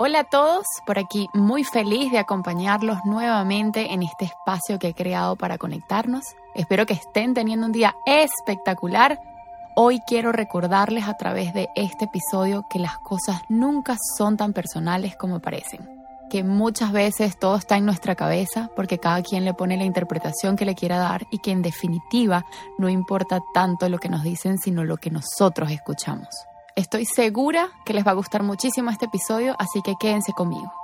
Hola a todos, por aquí muy feliz de acompañarlos nuevamente en este espacio que he creado para conectarnos. Espero que estén teniendo un día espectacular. Hoy quiero recordarles a través de este episodio que las cosas nunca son tan personales como parecen. Que muchas veces todo está en nuestra cabeza porque cada quien le pone la interpretación que le quiera dar y que en definitiva no importa tanto lo que nos dicen sino lo que nosotros escuchamos. Estoy segura que les va a gustar muchísimo este episodio, así que quédense conmigo.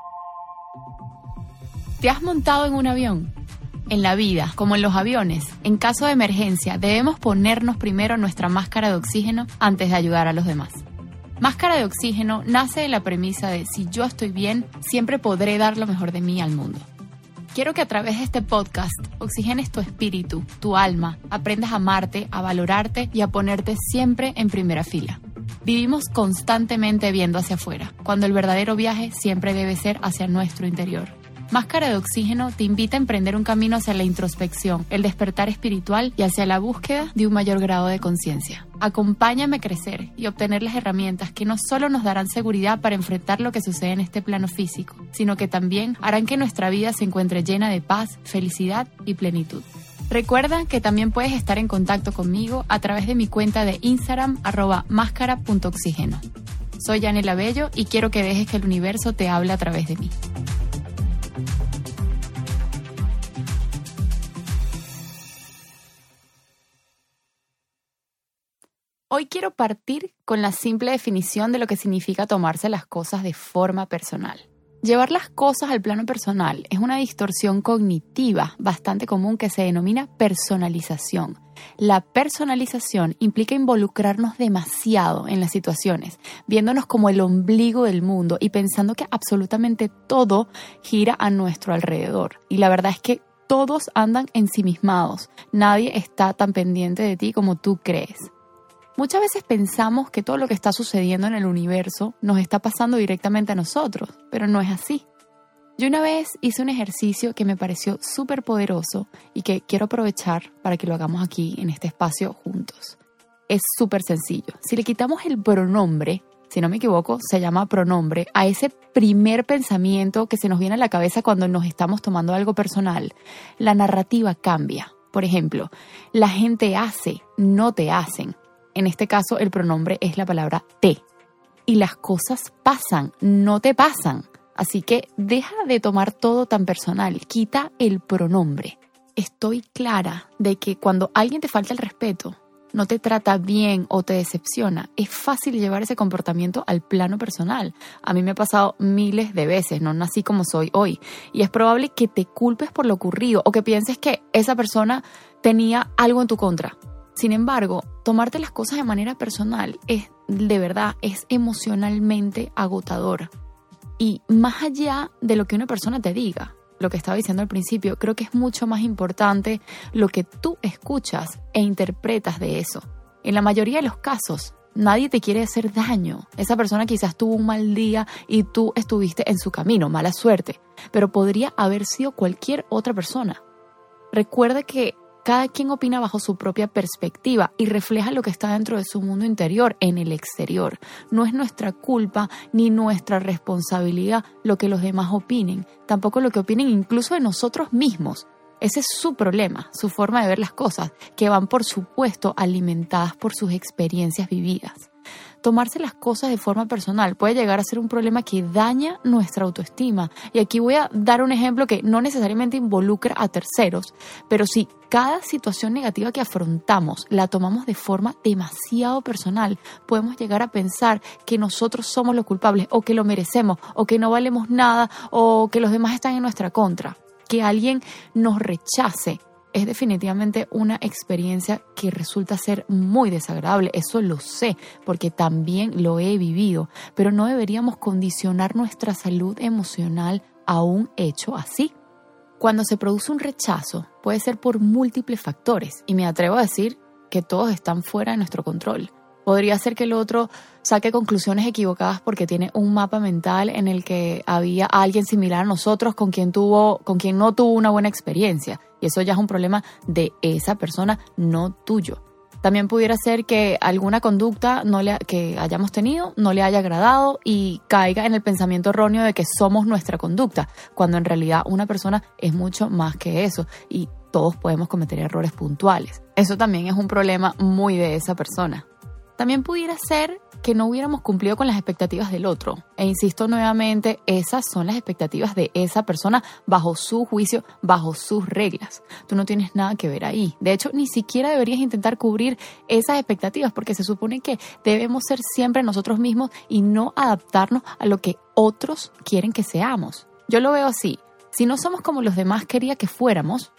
¿Te has montado en un avión? En la vida, como en los aviones, en caso de emergencia, debemos ponernos primero nuestra máscara de oxígeno antes de ayudar a los demás. Máscara de oxígeno nace de la premisa de si yo estoy bien, siempre podré dar lo mejor de mí al mundo. Quiero que a través de este podcast oxigenes tu espíritu, tu alma, aprendas a amarte, a valorarte y a ponerte siempre en primera fila. Vivimos constantemente viendo hacia afuera, cuando el verdadero viaje siempre debe ser hacia nuestro interior. Máscara de Oxígeno te invita a emprender un camino hacia la introspección, el despertar espiritual y hacia la búsqueda de un mayor grado de conciencia. Acompáñame a crecer y obtener las herramientas que no solo nos darán seguridad para enfrentar lo que sucede en este plano físico, sino que también harán que nuestra vida se encuentre llena de paz, felicidad y plenitud. Recuerda que también puedes estar en contacto conmigo a través de mi cuenta de Instagram @mascara.oxígeno. Soy Yanela Bello y quiero que dejes que el universo te hable a través de mí. Hoy quiero partir con la simple definición de lo que significa tomarse las cosas de forma personal. Llevar las cosas al plano personal es una distorsión cognitiva bastante común que se denomina personalización. La personalización implica involucrarnos demasiado en las situaciones, viéndonos como el ombligo del mundo y pensando que absolutamente todo gira a nuestro alrededor. Y la verdad es que todos andan ensimismados. Nadie está tan pendiente de ti como tú crees. Muchas veces pensamos que todo lo que está sucediendo en el universo nos está pasando directamente a nosotros, pero no es así. Yo una vez hice un ejercicio que me pareció súper poderoso y que quiero aprovechar para que lo hagamos aquí en este espacio juntos. Es súper sencillo. Si le quitamos el pronombre, si no me equivoco, se llama pronombre, a ese primer pensamiento que se nos viene a la cabeza cuando nos estamos tomando algo personal, la narrativa cambia. Por ejemplo, la gente hace, no te hacen. En este caso, el pronombre es la palabra te. Y las cosas pasan, no te pasan. Así que deja de tomar todo tan personal. Quita el pronombre. Estoy clara de que cuando alguien te falta el respeto, no te trata bien o te decepciona, es fácil llevar ese comportamiento al plano personal. A mí me ha pasado miles de veces, no nací como soy hoy. Y es probable que te culpes por lo ocurrido o que pienses que esa persona tenía algo en tu contra. Sin embargo, tomarte las cosas de manera personal es emocionalmente agotador. Y más allá de lo que una persona te diga, lo que estaba diciendo al principio, creo que es mucho más importante lo que tú escuchas e interpretas de eso. En la mayoría de los casos, nadie te quiere hacer daño. Esa persona quizás tuvo un mal día y tú estuviste en su camino, mala suerte, pero podría haber sido cualquier otra persona. Recuerda que cada quien opina bajo su propia perspectiva y refleja lo que está dentro de su mundo interior en el exterior. No es nuestra culpa ni nuestra responsabilidad lo que los demás opinen, tampoco lo que opinen incluso de nosotros mismos. Ese es su problema, su forma de ver las cosas, que van por supuesto alimentadas por sus experiencias vividas. Tomarse las cosas de forma personal puede llegar a ser un problema que daña nuestra autoestima. Y aquí voy a dar un ejemplo que no necesariamente involucra a terceros, pero si cada situación negativa que afrontamos la tomamos de forma demasiado personal, podemos llegar a pensar que nosotros somos los culpables o que lo merecemos o que no valemos nada o que los demás están en nuestra contra. Que alguien nos rechace es definitivamente una experiencia que resulta ser muy desagradable. Eso lo sé, porque también lo he vivido. Pero no deberíamos condicionar nuestra salud emocional a un hecho así. Cuando se produce un rechazo, puede ser por múltiples factores. Y me atrevo a decir que todos están fuera de nuestro control. Podría ser que el otro saque conclusiones equivocadas porque tiene un mapa mental en el que había alguien similar a nosotros con quien no tuvo una buena experiencia. Y eso ya es un problema de esa persona, no tuyo. También pudiera ser que alguna conducta que hayamos tenido no le haya agradado y caiga en el pensamiento erróneo de que somos nuestra conducta, cuando en realidad una persona es mucho más que eso y todos podemos cometer errores puntuales. Eso también es un problema muy de esa persona. También pudiera ser que no hubiéramos cumplido con las expectativas del otro. E insisto nuevamente, esas son las expectativas de esa persona bajo su juicio, bajo sus reglas. Tú no tienes nada que ver ahí. De hecho, ni siquiera deberías intentar cubrir esas expectativas porque se supone que debemos ser siempre nosotros mismos y no adaptarnos a lo que otros quieren que seamos. Yo lo veo así. Si no somos como los demás querían que fuéramos,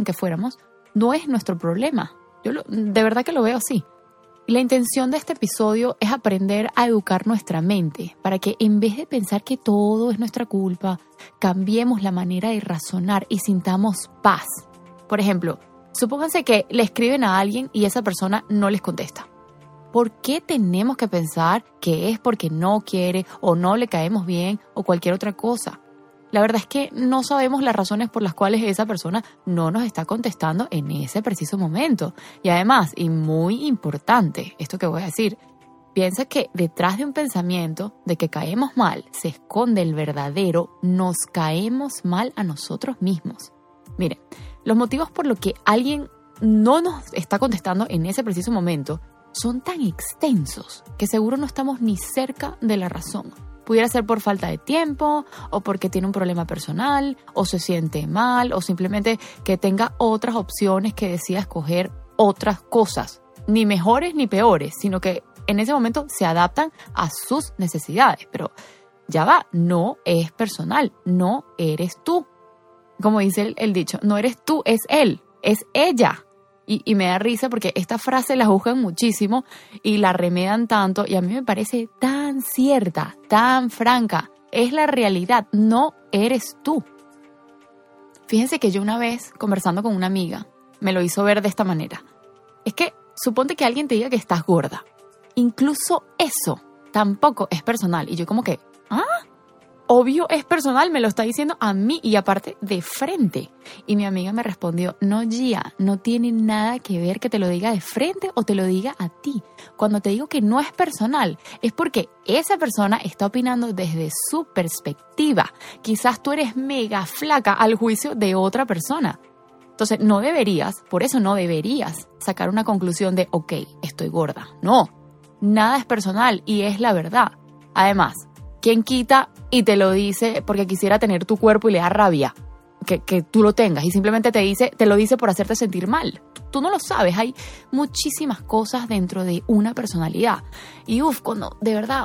no es nuestro problema. De verdad que lo veo así. Y la intención de este episodio es aprender a educar nuestra mente para que en vez de pensar que todo es nuestra culpa, cambiemos la manera de razonar y sintamos paz. Por ejemplo, supónganse que le escriben a alguien y esa persona no les contesta. ¿Por qué tenemos que pensar que es porque no quiere o no le caemos bien o cualquier otra cosa? La verdad es que no sabemos las razones por las cuales esa persona no nos está contestando en ese preciso momento. Y además, y muy importante, esto que voy a decir, piensa que detrás de un pensamiento de que caemos mal se esconde el verdadero, nos caemos mal a nosotros mismos. Miren, los motivos por los que alguien no nos está contestando en ese preciso momento son tan extensos que seguro no estamos ni cerca de la razón. Pudiera ser por falta de tiempo, o porque tiene un problema personal, o se siente mal, o simplemente que tenga otras opciones, que decida escoger otras cosas, ni mejores ni peores, sino que en ese momento se adaptan a sus necesidades. Pero ya va, no es personal, no eres tú. Como dice el dicho, no eres tú, es él, es ella. Y me da risa porque esta frase la juzgan muchísimo y la remedan tanto y a mí me parece tan cierta, tan franca. Es la realidad, no eres tú. Fíjense que yo una vez, conversando con una amiga, me lo hizo ver de esta manera. Es que suponte que alguien te diga que estás gorda. Incluso eso tampoco es personal. Y yo como que, obvio es personal, me lo está diciendo a mí y aparte de frente. Y mi amiga me respondió, no, Gia, no tiene nada que ver que te lo diga de frente o te lo diga a ti. Cuando te digo que no es personal, es porque esa persona está opinando desde su perspectiva. Quizás tú eres mega flaca al juicio de otra persona. Entonces por eso no deberías sacar una conclusión de, ok, estoy gorda. No, nada es personal y es la verdad. Además, ¿quién quita y te lo dice porque quisiera tener tu cuerpo y le da rabia que tú lo tengas y simplemente te lo dice por hacerte sentir mal? Tú no lo sabes, hay muchísimas cosas dentro de una personalidad. Y cuando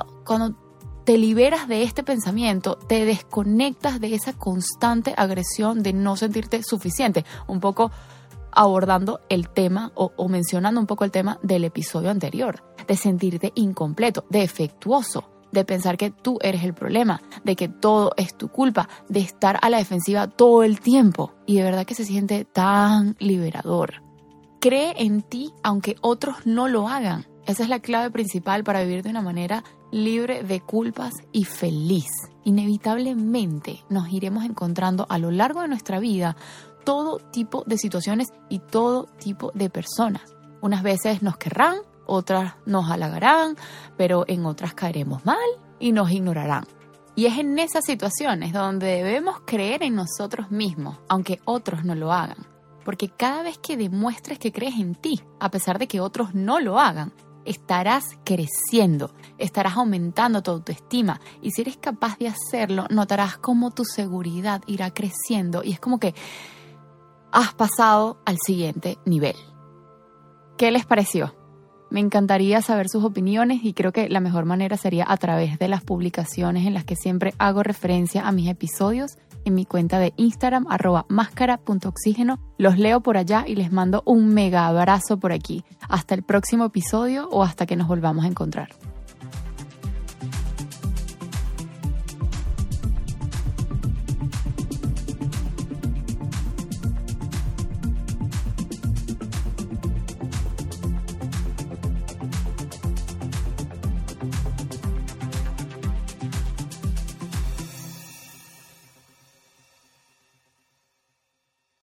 te liberas de este pensamiento, te desconectas de esa constante agresión de no sentirte suficiente. Un poco abordando el tema o mencionando un poco el tema del episodio anterior, de sentirte incompleto, defectuoso, de pensar que tú eres el problema, de que todo es tu culpa, de estar a la defensiva todo el tiempo. Y de verdad que se siente tan liberador. Cree en ti aunque otros no lo hagan. Esa es la clave principal para vivir de una manera libre de culpas y feliz. Inevitablemente nos iremos encontrando a lo largo de nuestra vida todo tipo de situaciones y todo tipo de personas. Unas veces nos querrán, otras nos halagarán, pero en otras caeremos mal y nos ignorarán. Y es en esas situaciones donde debemos creer en nosotros mismos, aunque otros no lo hagan. Porque cada vez que demuestres que crees en ti, a pesar de que otros no lo hagan, estarás creciendo, estarás aumentando tu autoestima. Y si eres capaz de hacerlo, notarás cómo tu seguridad irá creciendo y es como que has pasado al siguiente nivel. ¿Qué les pareció? Me encantaría saber sus opiniones y creo que la mejor manera sería a través de las publicaciones en las que siempre hago referencia a mis episodios en mi cuenta de Instagram, @mascara.oxígeno. Los leo por allá y les mando un mega abrazo por aquí. Hasta el próximo episodio o hasta que nos volvamos a encontrar.